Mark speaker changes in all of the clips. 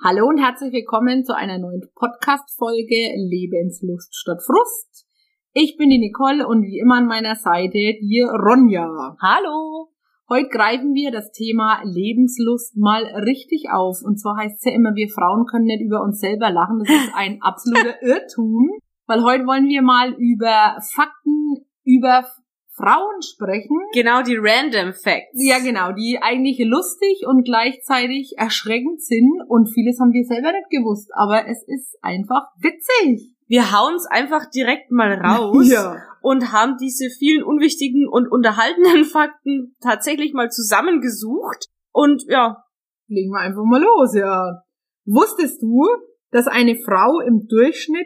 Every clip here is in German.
Speaker 1: Hallo und herzlich willkommen zu einer neuen Podcast-Folge Lebenslust statt Frust. Ich bin die Nicole und wie immer an meiner Seite die Ronja.
Speaker 2: Hallo!
Speaker 1: Heute greifen wir das Thema Lebenslust mal richtig auf. Und zwar heißt es ja immer, wir Frauen können nicht über uns selber lachen. Das ist ein absoluter Irrtum. Weil heute wollen wir mal über Fakten über Frauen sprechen.
Speaker 2: Genau, die Random Facts.
Speaker 1: Ja, genau, die eigentlich lustig und gleichzeitig erschreckend sind. Und vieles haben wir selber nicht gewusst. Aber es ist einfach witzig.
Speaker 2: Wir hauen's einfach direkt mal raus
Speaker 1: Ja.
Speaker 2: Und haben diese vielen unwichtigen und unterhaltenden Fakten tatsächlich mal zusammengesucht. Und ja.
Speaker 1: Legen wir einfach mal los, ja. Wusstest du, dass eine Frau im Durchschnitt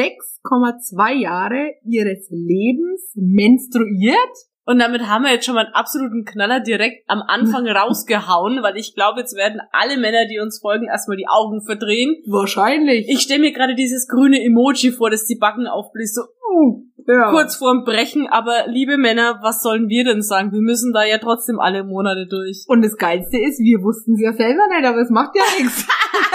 Speaker 1: 6,2 Jahre ihres Lebens menstruiert?
Speaker 2: Und damit haben wir jetzt schon mal einen absoluten Knaller direkt am Anfang rausgehauen, weil ich glaube, jetzt werden alle Männer, die uns folgen, erstmal die Augen verdrehen.
Speaker 1: Wahrscheinlich.
Speaker 2: Ich stelle mir gerade dieses grüne Emoji vor, das die Backen aufbläst, so
Speaker 1: ja.
Speaker 2: kurz vorm Brechen. Aber liebe Männer, was sollen wir denn sagen? Wir müssen da ja trotzdem alle Monate durch.
Speaker 1: Und das Geilste ist, wir wussten es ja selber nicht, aber es macht ja nichts.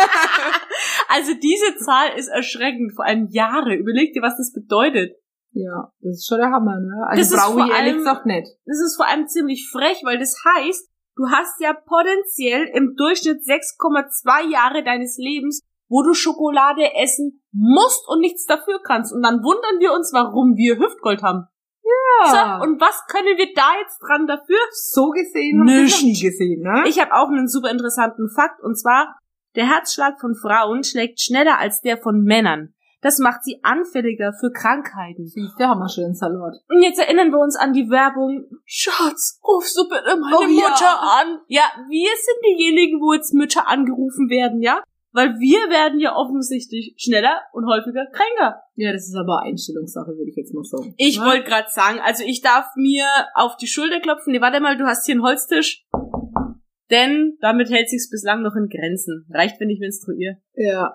Speaker 2: Also diese Zahl ist erschreckend, vor allem Jahre. Überleg dir, was das bedeutet.
Speaker 1: Ja, das ist schon der Hammer, ne? Also brauche ich ehrlich gesagt nicht.
Speaker 2: Das ist vor allem ziemlich frech, weil das heißt, du hast ja potenziell im Durchschnitt 6,2 Jahre deines Lebens, wo du Schokolade essen musst und nichts dafür kannst. Und dann wundern wir uns, warum wir Hüftgold haben.
Speaker 1: Ja.
Speaker 2: So, und was können wir da jetzt dran dafür?
Speaker 1: So gesehen haben wir noch nie gesehen, ne?
Speaker 2: Ich habe auch einen super interessanten Fakt, und zwar, der Herzschlag von Frauen schlägt schneller als der von Männern. Das macht sie anfälliger für Krankheiten.
Speaker 1: Da haben wir schön Salat.
Speaker 2: Und jetzt erinnern wir uns an die Werbung, Schatz, rufst du bitte meine Mutter an? Ja, wir sind diejenigen, wo jetzt Mütter angerufen werden, ja? Weil wir werden ja offensichtlich schneller und häufiger kränker.
Speaker 1: Ja, das ist aber Einstellungssache, würde ich jetzt mal sagen.
Speaker 2: Ich wollte gerade sagen, also ich darf mir auf die Schulter klopfen. Nee, warte mal, du hast hier einen Holztisch. Denn damit hält sich's bislang noch in Grenzen. Reicht, wenn ich menstruiere.
Speaker 1: Ja.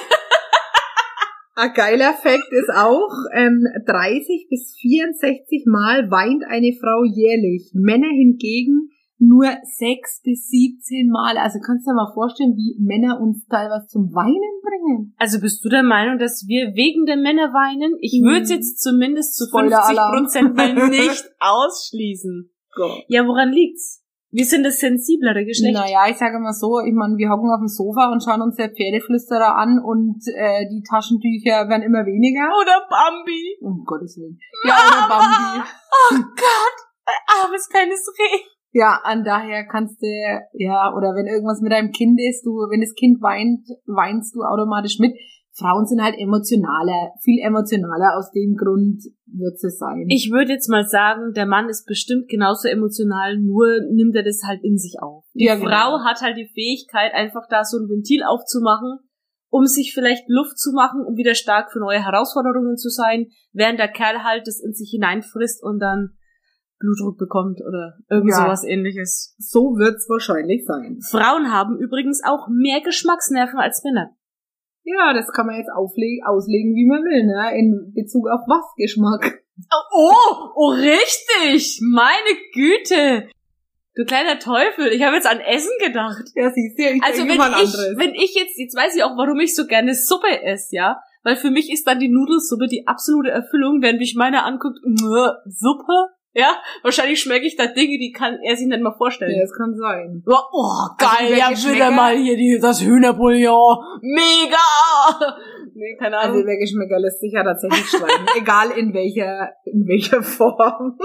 Speaker 1: Ein geiler Fakt ist auch, 30 bis 64 Mal weint eine Frau jährlich. Männer hingegen nur 6 bis 17 Mal. Also kannst du dir mal vorstellen, wie Männer uns teilweise zum Weinen bringen.
Speaker 2: Also bist du der Meinung, dass wir wegen der Männer weinen? Ich würde es jetzt zumindest zu 50% mal nicht ausschließen.
Speaker 1: Gott.
Speaker 2: Ja, woran liegt's? Wir sind das sensiblere Geschlecht.
Speaker 1: Naja, ich sage mal so, ich meine, wir hocken auf dem Sofa und schauen uns der Pferdeflüsterer an und die Taschentücher werden immer weniger.
Speaker 2: Oder Bambi.
Speaker 1: Um Gottes Willen. Ja, oder Bambi.
Speaker 2: Oh Gott, armes kleines Reh.
Speaker 1: Ja, an daher kannst du, ja, oder wenn irgendwas mit deinem Kind ist, wenn das Kind weint, weinst du automatisch mit. Frauen sind halt emotionaler, viel emotionaler, aus dem Grund wird es sein.
Speaker 2: Ich würde jetzt mal sagen, der Mann ist bestimmt genauso emotional, nur nimmt er das halt in sich auf. Die Frau hat halt die Fähigkeit, einfach da so ein Ventil aufzumachen, um sich vielleicht Luft zu machen, um wieder stark für neue Herausforderungen zu sein, während der Kerl halt das in sich hineinfrisst und dann Blutdruck bekommt oder irgend sowas Ähnliches.
Speaker 1: So wird's wahrscheinlich sein.
Speaker 2: Frauen haben übrigens auch mehr Geschmacksnerven als Männer.
Speaker 1: Ja, das kann man jetzt auslegen, wie man will, ne? In Bezug auf was Geschmack.
Speaker 2: Oh, richtig! Meine Güte! Du kleiner Teufel, ich habe jetzt an Essen gedacht.
Speaker 1: Ja, siehst du, ich
Speaker 2: also
Speaker 1: denke mal anderes.
Speaker 2: wenn ich jetzt weiß ich auch, warum ich so gerne Suppe esse, ja? Weil für mich ist dann die Nudelsuppe die absolute Erfüllung, während mich meiner anguckt, Suppe? Ja, wahrscheinlich schmecke ich da Dinge, die kann er sich nicht mal vorstellen.
Speaker 1: Ja, das kann sein.
Speaker 2: Oh, geil, ja, wieder mal hier das Hühnerbouillon. Mega! Nee, keine Ahnung.
Speaker 1: Also wer Geschmäcker lässt sich ja tatsächlich schreiben. Egal in welcher Form.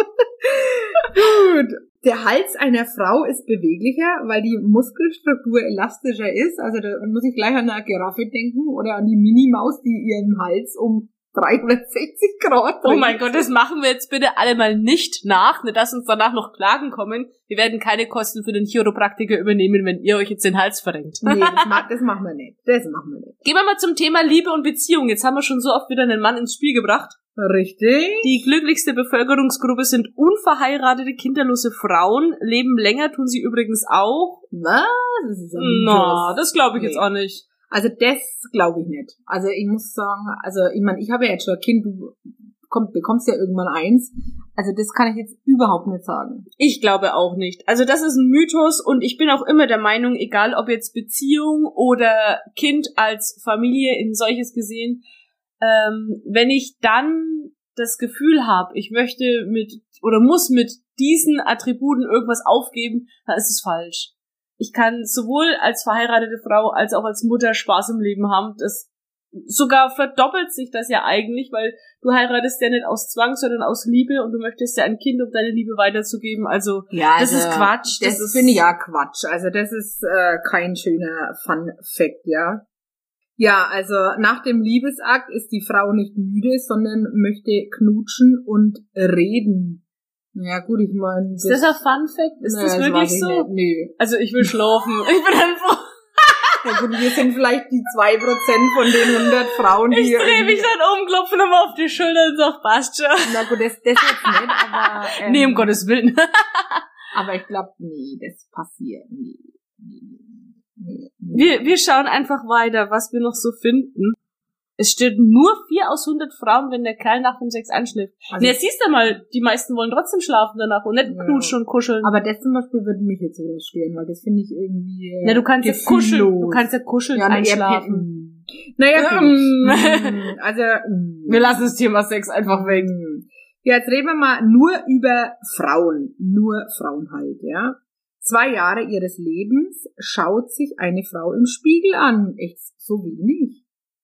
Speaker 1: Gut. Der Hals einer Frau ist beweglicher, weil die Muskelstruktur elastischer ist. Also da muss ich gleich an eine Giraffe denken oder an die Minimaus, die ihren Hals um 360 Grad.
Speaker 2: Oh mein Gott, das machen wir jetzt bitte alle mal nicht nach, dass uns danach noch Klagen kommen. Wir werden keine Kosten für den Chiropraktiker übernehmen, wenn ihr euch jetzt den Hals verrenkt.
Speaker 1: Nee, das machen wir nicht. Das machen wir nicht.
Speaker 2: Gehen wir mal zum Thema Liebe und Beziehung. Jetzt haben wir schon so oft wieder einen Mann ins Spiel gebracht.
Speaker 1: Richtig.
Speaker 2: Die glücklichste Bevölkerungsgruppe sind unverheiratete, kinderlose Frauen. Leben länger tun sie übrigens auch.
Speaker 1: Was?
Speaker 2: Das glaube ich jetzt auch nicht.
Speaker 1: Also das glaube ich nicht. Also ich muss sagen, ich meine, ich habe ja jetzt schon ein Kind, du bekommst ja irgendwann eins, Also das kann ich jetzt überhaupt nicht sagen.
Speaker 2: Ich glaube auch nicht. Also das ist ein Mythos und ich bin auch immer der Meinung, egal ob jetzt Beziehung oder Kind als Familie in solches gesehen, wenn ich dann das Gefühl habe, ich möchte mit oder muss mit diesen Attributen irgendwas aufgeben, dann ist es falsch. Ich kann sowohl als verheiratete Frau als auch als Mutter Spaß im Leben haben. Das sogar verdoppelt sich das ja eigentlich, weil du heiratest ja nicht aus Zwang, sondern aus Liebe und du möchtest ja ein Kind, um deine Liebe weiterzugeben. Also,
Speaker 1: ja,
Speaker 2: das ist Quatsch.
Speaker 1: Das finde ich ja Quatsch. Also das ist kein schöner Fun-Fact, ja. Ja, also nach dem Liebesakt ist die Frau nicht müde, sondern möchte knutschen und reden. Ja gut, ich meine...
Speaker 2: Ist das ein Fun-Fact? Ist das wirklich so?
Speaker 1: Nö.
Speaker 2: Also ich will schlafen. Ich bin einfach...
Speaker 1: Ja gut, wir sind vielleicht die 2% von den 100 Frauen, die...
Speaker 2: Ich drehe mich dann um, klopfe nochmal auf die Schulter und sag, passt schon.
Speaker 1: Na gut, das jetzt nicht, aber...
Speaker 2: nee, um Gottes Willen.
Speaker 1: Aber ich glaube, nee, das passiert nie.
Speaker 2: Wir schauen einfach weiter, was wir noch so finden. Es steht nur 4 aus 100 Frauen, wenn der Kerl nach dem Sex einschläft. Also jetzt siehst du mal, die meisten wollen trotzdem schlafen danach und nicht knutschen und kuscheln.
Speaker 1: Aber das zum Beispiel würde mich jetzt sogar stören, weil das finde ich irgendwie
Speaker 2: Na, du kannst ja kuscheln. Du kannst ja kuscheln und einschlafen.
Speaker 1: Naja, also...
Speaker 2: Wir lassen das Thema Sex einfach weg.
Speaker 1: Ja, jetzt reden wir mal nur über Frauen. Nur Frauen halt, ja. 2 Jahre ihres Lebens schaut sich eine Frau im Spiegel an. Echt so wenig.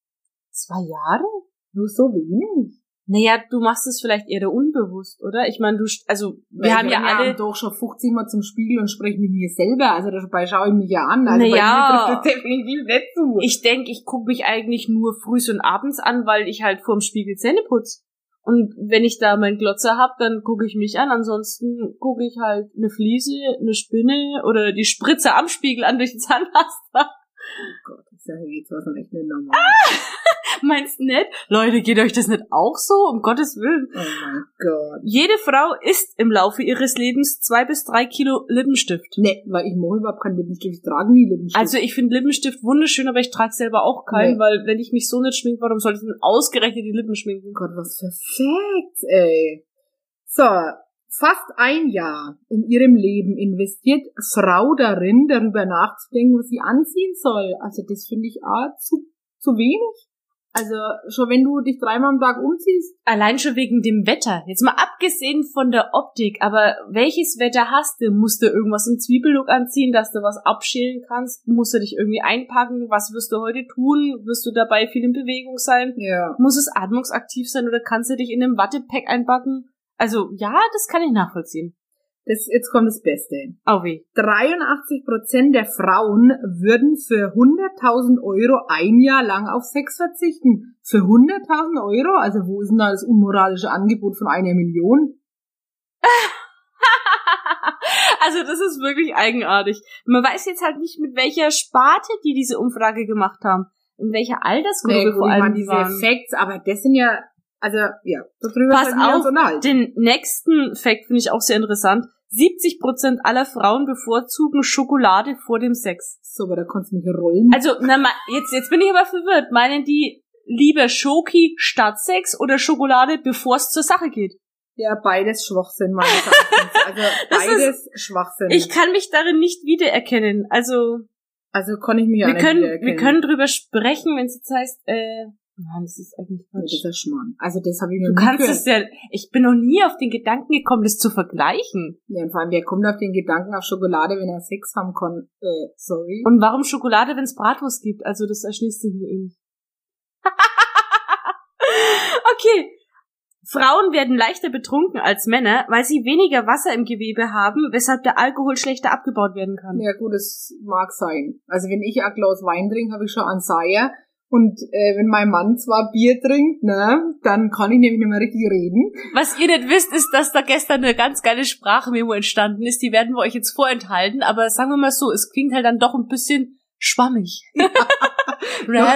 Speaker 2: 2 Jahre?
Speaker 1: Nur so wenig.
Speaker 2: Naja, du machst es vielleicht eher unbewusst, oder? Ich meine, wir haben ja alle
Speaker 1: doch schon 50 Mal zum Spiegel und spreche mit mir selber. Also dabei schaue ich mich ja an. Also
Speaker 2: naja,
Speaker 1: bei mir trifft das definitiv nicht zu.
Speaker 2: Ich denke, ich gucke mich eigentlich nur frühs und abends an, weil ich halt vorm Spiegel Zähne putze. Und wenn ich da meinen Glotzer hab, dann gucke ich mich an. Ansonsten gucke ich halt eine Fliese, eine Spinne oder die Spritze am Spiegel an durch die Zahnpasta.
Speaker 1: Oh Gott, ich sage jetzt was echt nicht normal.
Speaker 2: Meinst du nicht? Leute, geht euch das nicht auch so? Um Gottes Willen.
Speaker 1: Oh mein Gott.
Speaker 2: Jede Frau isst im Laufe ihres Lebens 2 bis 3 Kilo Lippenstift.
Speaker 1: Nee, weil ich mache überhaupt keinen Lippenstift. Ich trage nie Lippenstift.
Speaker 2: Also ich finde Lippenstift wunderschön, aber ich trage selber auch keinen, weil wenn ich mich so nicht schminke, warum soll ich denn ausgerechnet die Lippen schminken?
Speaker 1: Gott, was für Facts, ey. So, fast 1 Jahr in ihrem Leben investiert Frau darin, darüber nachzudenken, was sie anziehen soll. Also das finde ich zu wenig. Also schon wenn du dich 3-mal am Tag umziehst.
Speaker 2: Allein schon wegen dem Wetter. Jetzt mal abgesehen von der Optik, aber welches Wetter hast du? Musst du irgendwas im Zwiebellook anziehen, dass du was abschälen kannst? Musst du dich irgendwie einpacken? Was wirst du heute tun? Wirst du dabei viel in Bewegung sein?
Speaker 1: Ja.
Speaker 2: Muss es atmungsaktiv sein oder kannst du dich in einem Wattepack einpacken? Also ja, das kann ich nachvollziehen.
Speaker 1: Jetzt kommt das Beste.
Speaker 2: Oh weh.
Speaker 1: 83% der Frauen würden für 100.000 Euro 1 Jahr lang auf Sex verzichten. Für 100.000 Euro? Also wo ist denn da das unmoralische Angebot von 1 Million?
Speaker 2: Also das ist wirklich eigenartig. Man weiß jetzt halt nicht, mit welcher Sparte die diese Umfrage gemacht haben. In welcher Altersgruppe vor allem die waren.
Speaker 1: Diese Facts, aber das sind ja... Also, ja, darüber
Speaker 2: pass auf, den nächsten Fact finde ich auch sehr interessant. 70% aller Frauen bevorzugen Schokolade vor dem Sex.
Speaker 1: So, aber da konntest du mich rollen.
Speaker 2: Also, jetzt bin ich aber verwirrt. Meinen die lieber Schoki statt Sex oder Schokolade, bevor es zur Sache geht?
Speaker 1: Ja, beides Schwachsinn, meines Erachtens. Also, beides Schwachsinn.
Speaker 2: Ich kann mich darin nicht wiedererkennen. Also
Speaker 1: kann ich mich ja nicht wiedererkennen.
Speaker 2: Wir können drüber sprechen, wenn es jetzt heißt, nein, das ist eigentlich Quatsch.
Speaker 1: Ja, das ist Schmarrn. Also das habe ich noch
Speaker 2: nie gehört. Du kannst es ja... Ich bin noch nie auf den Gedanken gekommen, das zu vergleichen.
Speaker 1: Ja, und vor allem, wer kommt auf den Gedanken auf Schokolade, wenn er Sex haben kann? Sorry.
Speaker 2: Und warum Schokolade, wenn es Bratwurst gibt? Also das erschließt sich mir eh nicht. Okay. Frauen werden leichter betrunken als Männer, weil sie weniger Wasser im Gewebe haben, weshalb der Alkohol schlechter abgebaut werden kann.
Speaker 1: Ja gut, das mag sein. Also wenn ich ein Glas Wein trinke, habe ich schon Anxiety. Und wenn mein Mann zwar Bier trinkt, ne, dann kann ich nämlich nicht mehr richtig reden.
Speaker 2: Was ihr nicht wisst, ist, dass da gestern eine ganz geile Sprachmemo entstanden ist. Die werden wir euch jetzt vorenthalten. Aber sagen wir mal so, es klingt halt dann doch ein bisschen schwammig.
Speaker 1: Nach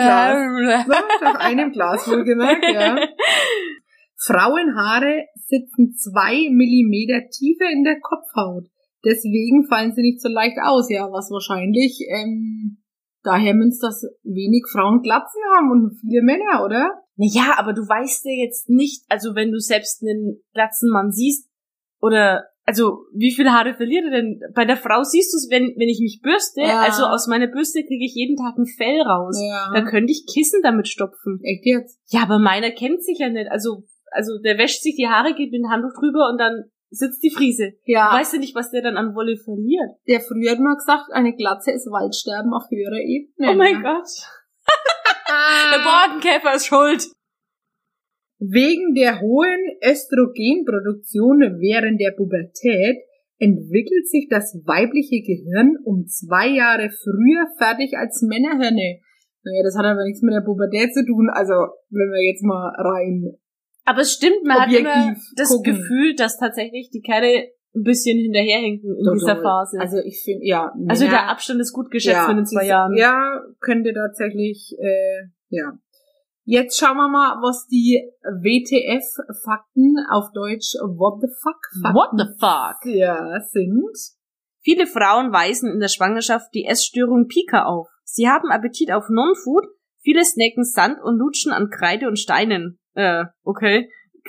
Speaker 1: einem Glas wohlgemerkt, ja. Frauenhaare sitzen 2 Millimeter tiefer in der Kopfhaut. Deswegen fallen sie nicht so leicht aus. Ja, was wahrscheinlich... daher müsst, dass wenig Frauen Glatzen haben und viele Männer, oder?
Speaker 2: Naja, aber du weißt ja jetzt nicht, also wenn du selbst einen glatzen Mann siehst, oder, also wie viele Haare verliert er denn? Bei der Frau siehst du es, wenn ich mich bürste, also aus meiner Bürste kriege ich jeden Tag ein Fell raus. Ja. Da könnte ich Kissen damit stopfen.
Speaker 1: Echt jetzt?
Speaker 2: Ja, aber meiner kennt sich ja nicht. Also der wäscht sich die Haare, geht mit dem Handtuch drüber und dann sitzt die Friese. Ja. Weißt du nicht, was der dann an Wolle verliert?
Speaker 1: Der früher hat mal gesagt, eine Glatze ist Waldsterben auf höherer Ebene.
Speaker 2: Oh mein Gott. Der Borkenkäfer ist schuld.
Speaker 1: Wegen der hohen Östrogenproduktion während der Pubertät entwickelt sich das weibliche Gehirn um 2 Jahre früher fertig als Männerhirne. Naja, das hat aber nichts mit der Pubertät zu tun, also wenn wir jetzt mal rein...
Speaker 2: Aber es stimmt, man hat immer das Gefühl, dass tatsächlich die Kerle ein bisschen hinterherhinken in dieser Phase.
Speaker 1: Also ich finde, ja. Männer,
Speaker 2: also der Abstand ist gut geschätzt mit den 2 Jahren.
Speaker 1: Ja, könnte tatsächlich, ja. Jetzt schauen wir mal, was die WTF-Fakten, auf Deutsch What the Fuck-Fakten.
Speaker 2: What the fuck?
Speaker 1: Ja, sind.
Speaker 2: Viele Frauen weisen in der Schwangerschaft die Essstörung Pica auf. Sie haben Appetit auf Non-Food, viele snacken Sand und lutschen an Kreide und Steinen. Okay.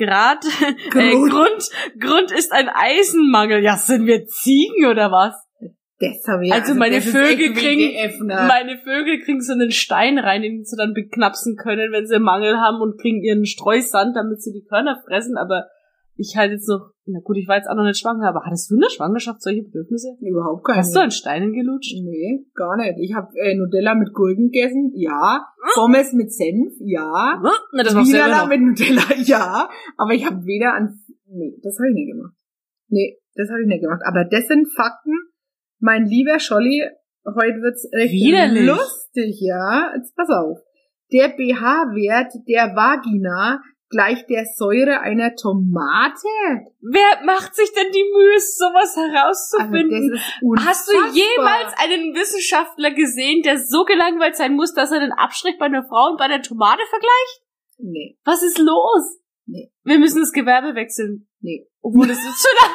Speaker 2: Grund ist ein Eisenmangel. Ja, sind wir Ziegen oder was?
Speaker 1: Das hab ich
Speaker 2: also meine Vögel kriegen so einen Stein rein, den sie dann beknapsen können, wenn sie Mangel haben und kriegen ihren Streusand, damit sie die Körner fressen, aber ich halt jetzt noch, na gut, ich war jetzt auch noch nicht schwanger, aber hattest du in der Schwangerschaft solche Bedürfnisse?
Speaker 1: Überhaupt keine.
Speaker 2: Hast du an Steinen gelutscht?
Speaker 1: Nee, gar nicht. Ich habe Nutella mit Gurken gegessen, ja. Pommes mit Senf, ja.
Speaker 2: Na, das machst du ja noch.
Speaker 1: Mit Nutella, ja. Aber ich habe weder an... Nee, das habe ich nicht gemacht. Aber das sind Fakten. Mein lieber Scholli, heute wird's recht lustig, ja. Jetzt pass auf. Der pH-Wert der Vagina gleicht der Säure einer Tomate.
Speaker 2: Wer macht sich denn die Mühe, sowas herauszufinden?
Speaker 1: Also das ist unfassbar.
Speaker 2: Hast du jemals einen Wissenschaftler gesehen, der so gelangweilt sein muss, dass er den Abstrich bei einer Frau und bei einer Tomate vergleicht?
Speaker 1: Nee.
Speaker 2: Was ist los?
Speaker 1: Nee.
Speaker 2: Wir müssen das Gewerbe wechseln.
Speaker 1: Nee.
Speaker 2: Obwohl es ist zu lang.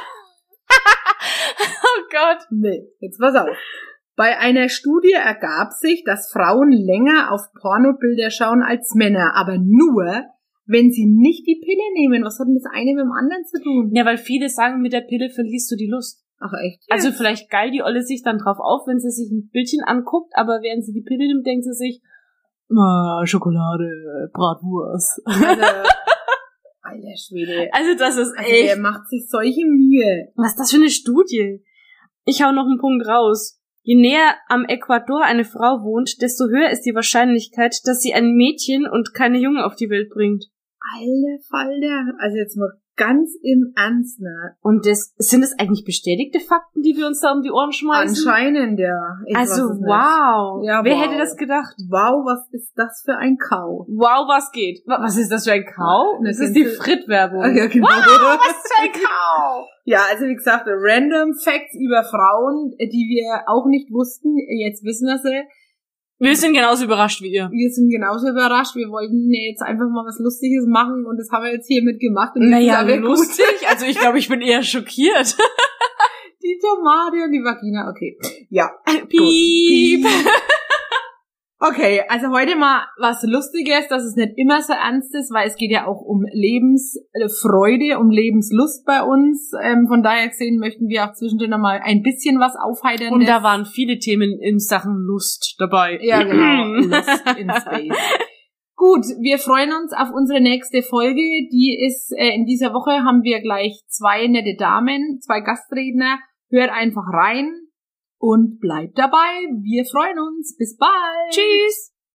Speaker 2: Oh Gott.
Speaker 1: Nee, jetzt pass auf. Bei einer Studie ergab sich, dass Frauen länger auf Pornobilder schauen als Männer, aber nur, wenn sie nicht die Pille nehmen. Was hat denn das eine mit dem anderen zu tun?
Speaker 2: Ja, weil viele sagen, mit der Pille verlierst du die Lust.
Speaker 1: Ach echt?
Speaker 2: Also vielleicht geil die Olle sich dann drauf auf, wenn sie sich ein Bildchen anguckt, aber während sie die Pille nimmt, denkt sie sich, Schokolade, Bratwurst.
Speaker 1: Also, alter Schwede.
Speaker 2: Also das ist echt...
Speaker 1: Der macht sich solche Mühe.
Speaker 2: Was ist das für eine Studie? Ich hau noch einen Punkt raus. Je näher am Äquator eine Frau wohnt, desto höher ist die Wahrscheinlichkeit, dass sie ein Mädchen und keine Jungen auf die Welt bringt.
Speaker 1: Alter Falter. Also jetzt mal ganz im Ernst, ne?
Speaker 2: Und sind das eigentlich bestätigte Fakten, die wir uns da um die Ohren schmeißen?
Speaker 1: Anscheinend, ja.
Speaker 2: Also wow.
Speaker 1: Ja,
Speaker 2: wer hätte das gedacht?
Speaker 1: Wow, was ist das für ein Kau?
Speaker 2: Wow, was geht? Was ist das für ein Kau? Das ist die Fritt-Werbung.
Speaker 1: Ja, genau.
Speaker 2: Wow, was ist für ein Kau?
Speaker 1: Ja, also wie gesagt, random Facts über Frauen, die wir auch nicht wussten. Jetzt wissen wir sie.
Speaker 2: Wir sind genauso überrascht wie ihr.
Speaker 1: Wir sind genauso überrascht. Wir wollten jetzt einfach mal was Lustiges machen und das haben wir jetzt hiermit gemacht. Und
Speaker 2: naja, lustig? Also ich glaube, ich bin eher schockiert.
Speaker 1: Die Tomate und die Vagina, okay. Ja.
Speaker 2: Piep.
Speaker 1: Okay, also heute mal was Lustiges, dass es nicht immer so ernst ist, weil es geht ja auch um Lebensfreude, um Lebenslust bei uns. Von daher gesehen möchten wir auch zwischendurch nochmal ein bisschen was aufheitern.
Speaker 2: Und da waren viele Themen in Sachen Lust dabei.
Speaker 1: Ja, genau. Lust in Space. Gut, wir freuen uns auf unsere nächste Folge. Die ist, in dieser Woche haben wir gleich 2 nette Damen, 2 Gastredner. Hört einfach rein. Und bleibt dabei. Wir freuen uns. Bis bald.
Speaker 2: Tschüss.